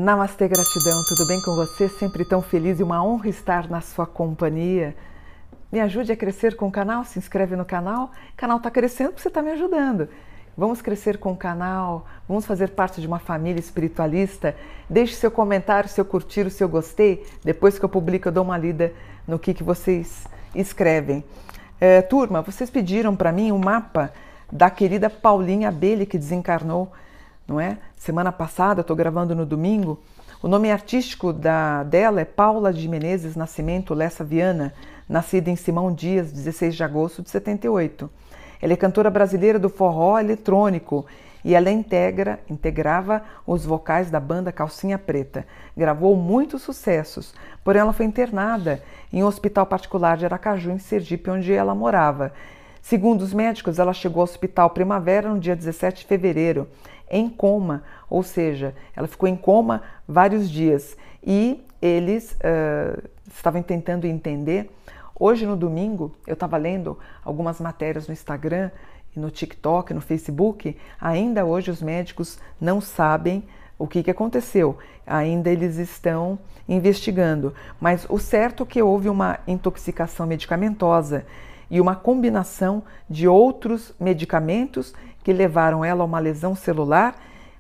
Namastê, gratidão, tudo bem com você? Sempre tão feliz e uma honra estar na sua companhia. Me ajude a crescer com o canal, se inscreve no canal. O canal está crescendo porque você está me ajudando. Vamos crescer com o canal, vamos fazer parte de uma família espiritualista. Deixe seu comentário, seu curtir, o seu gostei. Depois que eu publico, eu dou uma lida no que vocês escrevem. Turma, vocês pediram para mim um mapa da querida Paulinha Abelha, que desencarnou, não é? Semana passada, eu estou gravando no domingo. O nome artístico dela é Paula de Menezes Nascimento Lessa Viana, nascida em Simão Dias, 16 de agosto de 78. Ela é cantora brasileira do forró eletrônico e ela integrava os vocais da banda Calcinha Preta. Gravou muitos sucessos, porém ela foi internada em um hospital particular de Aracaju, em Sergipe, onde ela morava. Segundo os médicos, ela chegou ao Hospital Primavera no dia 17 de fevereiro, em coma, ou seja, ela ficou em coma vários dias e eles estavam tentando entender. Hoje, no domingo, eu estava lendo algumas matérias no Instagram, no TikTok, no Facebook. Ainda hoje os médicos não sabem o que aconteceu, ainda eles estão investigando, mas o certo é que houve uma intoxicação medicamentosa e uma combinação de outros medicamentos que levaram ela a uma lesão celular,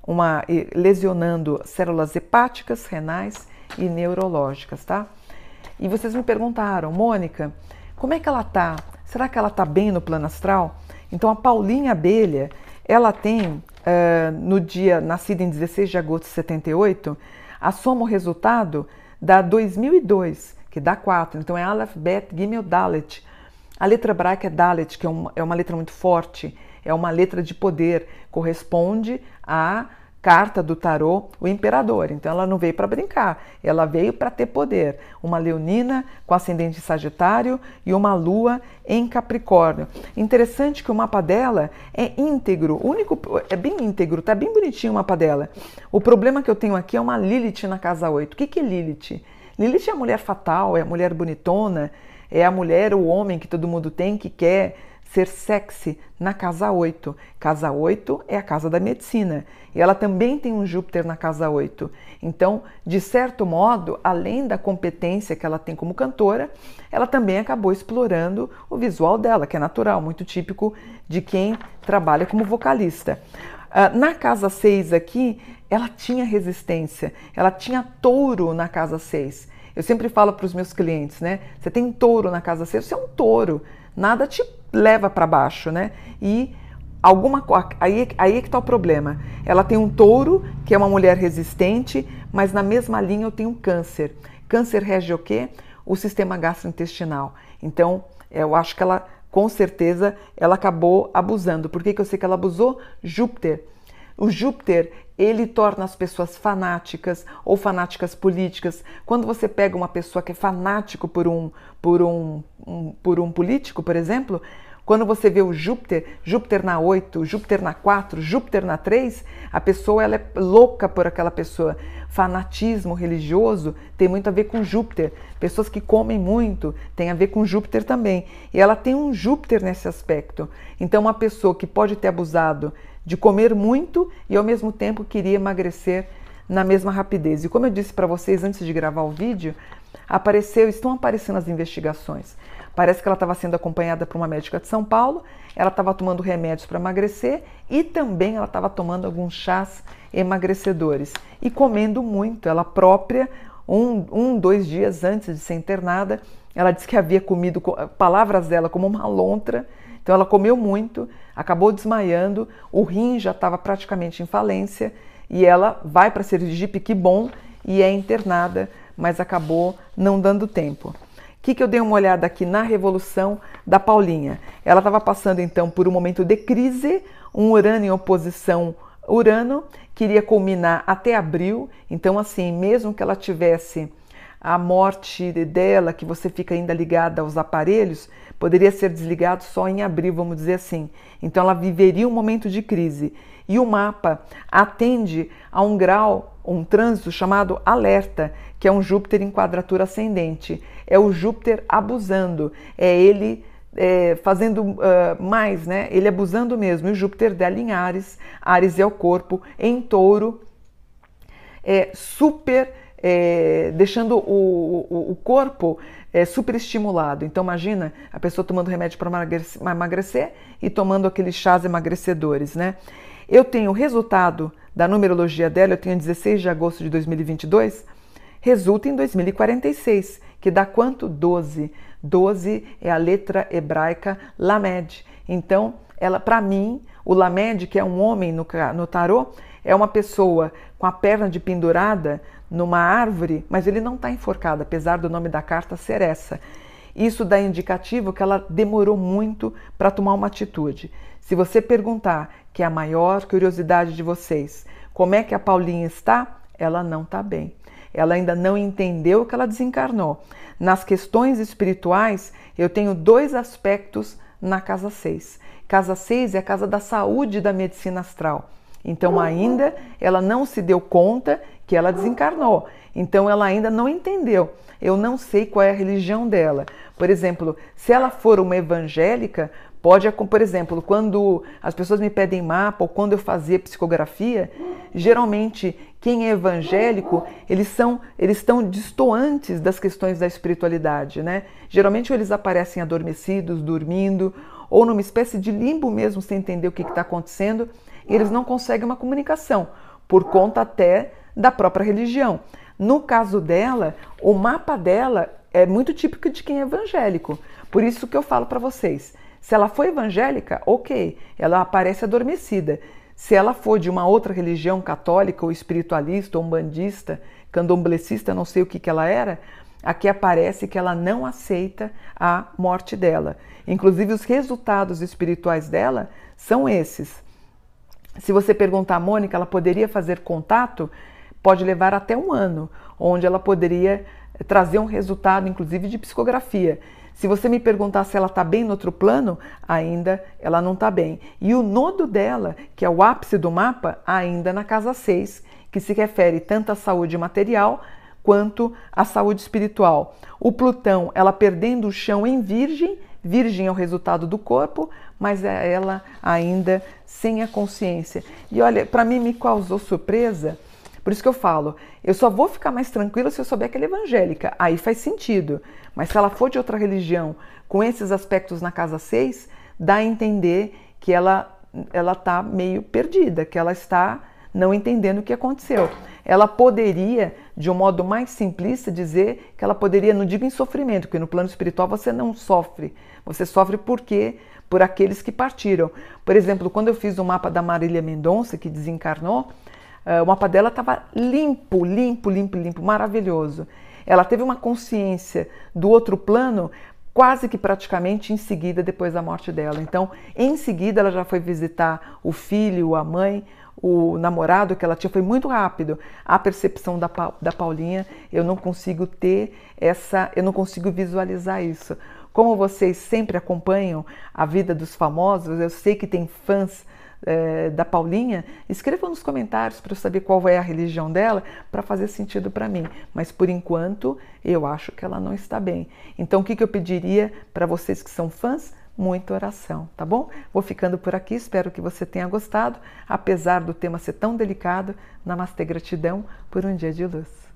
lesionando células hepáticas, renais e neurológicas, tá? E vocês me perguntaram, Mônica, como é que ela tá? Será que ela tá bem no plano astral? Então a Paulinha Abelha, ela tem, nascida em 16 de agosto de 78, a soma, o resultado, dá 2002, que dá 4. Então é Aleph, Bet, Gimel, Dalet. A letra hebraica é Dalet, que é uma letra muito forte, é uma letra de poder, corresponde à carta do tarô, o imperador. Então ela não veio para brincar, ela veio para ter poder. Uma leonina com ascendente Sagitário e uma lua em Capricórnio. Interessante que o mapa dela é íntegro, é bem íntegro, tá bem bonitinho o mapa dela. O problema que eu tenho aqui é uma Lilith na casa 8. O que é Lilith? Lilith é a mulher fatal, é a mulher bonitona, é a mulher, o homem que todo mundo tem, que quer ser sexy na casa 8. Casa 8 é a casa da medicina. E ela também tem um Júpiter na casa 8. Então, de certo modo, além da competência que ela tem como cantora, ela também acabou explorando o visual dela, que é natural, muito típico de quem trabalha como vocalista. Na casa 6 aqui, ela tinha resistência. Ela tinha touro na casa 6. Eu sempre falo para os meus clientes, né? Você tem touro na casa 6, você é um touro. Nada te leva para baixo, né? E aí é que está o problema. Ela tem um touro, que é uma mulher resistente, mas na mesma linha eu tenho um câncer. Câncer rege o quê? O sistema gastrointestinal. Então, eu acho que ela, com certeza, ela acabou abusando. Por que eu sei que ela abusou? Júpiter. O Júpiter, ele torna as pessoas fanáticas ou fanáticas políticas. Quando você pega uma pessoa que é fanático por um político, por exemplo, quando você vê o Júpiter na 8, Júpiter na 4, Júpiter na 3, a pessoa ela é louca por aquela pessoa. Fanatismo religioso tem muito a ver com Júpiter. Pessoas que comem muito tem a ver com Júpiter também. E ela tem um Júpiter nesse aspecto. Então uma pessoa que pode ter abusado de comer muito e ao mesmo tempo queria emagrecer na mesma rapidez. E como eu disse para vocês antes de gravar o vídeo, estão aparecendo as investigações. Parece que ela estava sendo acompanhada por uma médica de São Paulo, ela estava tomando remédios para emagrecer e também ela estava tomando alguns chás emagrecedores e comendo muito. Ela própria, 2 dias antes de ser internada, ela disse que havia comido, palavras dela, como uma lontra. Então ela comeu muito, acabou desmaiando, o rim já estava praticamente em falência e ela vai para Sergipe, que bom, e é internada, mas acabou não dando tempo. O que eu dei uma olhada aqui na revolução da Paulinha? Ela estava passando então por um momento de crise, um Urano em oposição Urano, queria culminar até abril, então assim, mesmo que ela tivesse a morte dela, que você fica ainda ligada aos aparelhos, poderia ser desligado só em abril, vamos dizer assim. Então ela viveria um momento de crise. E o mapa atende a um grau, um trânsito chamado alerta, que é um Júpiter em quadratura ascendente. É o Júpiter abusando, é ele fazendo mais, né? Ele abusando mesmo. E o Júpiter dela em Áries, Áries é o corpo, em Touro, super, deixando o corpo super estimulado. Então imagina a pessoa tomando remédio para emagrecer e tomando aqueles chás emagrecedores, né? Eu tenho o resultado da numerologia dela, eu tenho 16 de agosto de 2022, resulta em 2046, que dá quanto? 12. 12 é a letra hebraica Lamed. Então, ela, para mim, o Lamed, que é um homem no tarô, é uma pessoa com a perna de pendurada numa árvore, mas ele não está enforcado, apesar do nome da carta ser essa. Isso dá indicativo que ela demorou muito para tomar uma atitude. Se você perguntar, que é a maior curiosidade de vocês, como é que a Paulinha está, ela não está bem. Ela ainda não entendeu que ela desencarnou. Nas questões espirituais, eu tenho 2 aspectos na casa 6. Casa 6 é a casa da saúde e da medicina astral. Então ainda ela não se deu conta que ela desencarnou. Então ela ainda não entendeu. Eu não sei qual é a religião dela. Por exemplo, se ela for uma evangélica, pode, por exemplo, quando as pessoas me pedem mapa ou quando eu fazia psicografia, geralmente quem é evangélico, eles estão distantes das questões da espiritualidade, né? Geralmente eles aparecem adormecidos, dormindo, ou numa espécie de limbo mesmo, sem entender o que está acontecendo, e eles não conseguem uma comunicação, por conta até da própria religião. No caso dela, o mapa dela é muito típico de quem é evangélico. Por isso que eu falo para vocês, se ela for evangélica, ok, ela aparece adormecida. Se ela for de uma outra religião católica, ou espiritualista, ou umbandista, candomblessista, não sei o que ela era, aqui aparece que ela não aceita a morte dela. Inclusive, os resultados espirituais dela são esses. Se você perguntar a Mônica, ela poderia fazer contato? Pode levar até 1 ano, onde ela poderia trazer um resultado, inclusive de psicografia. Se você me perguntar se ela está bem no outro plano, ainda ela não está bem. E o nodo dela, que é o ápice do mapa, ainda na casa 6, que se refere tanto à saúde material quanto à saúde espiritual. O Plutão, ela perdendo o chão em Virgem, Virgem é o resultado do corpo, mas é ela ainda sem a consciência. E olha, para mim me causou surpresa. Por isso que eu falo, eu só vou ficar mais tranquila se eu souber que ela é evangélica. Aí faz sentido. Mas se ela for de outra religião, com esses aspectos na casa 6, dá a entender que ela está meio perdida, que ela está não entendendo o que aconteceu. Ela poderia, de um modo mais simplista, dizer que ela poderia, não digo em sofrimento, porque no plano espiritual você não sofre. Você sofre por aqueles que partiram. Por exemplo, quando eu fiz o mapa da Marília Mendonça, que desencarnou, o mapa dela estava limpo, maravilhoso. Ela teve uma consciência do outro plano quase que praticamente em seguida, depois da morte dela. Então, em seguida, ela já foi visitar o filho, a mãe, o namorado que ela tinha. Foi muito rápido. A percepção da Paulinha, eu não consigo eu não consigo visualizar isso. Como vocês sempre acompanham a vida dos famosos, eu sei que tem fãs da Paulinha, escrevam nos comentários para eu saber qual é a religião dela, para fazer sentido para mim. Mas por enquanto eu acho que ela não está bem. Então o que eu pediria para vocês que são fãs? Muita oração, tá bom? Vou ficando por aqui, espero que você tenha gostado, apesar do tema ser tão delicado. Namastê, gratidão por um dia de luz.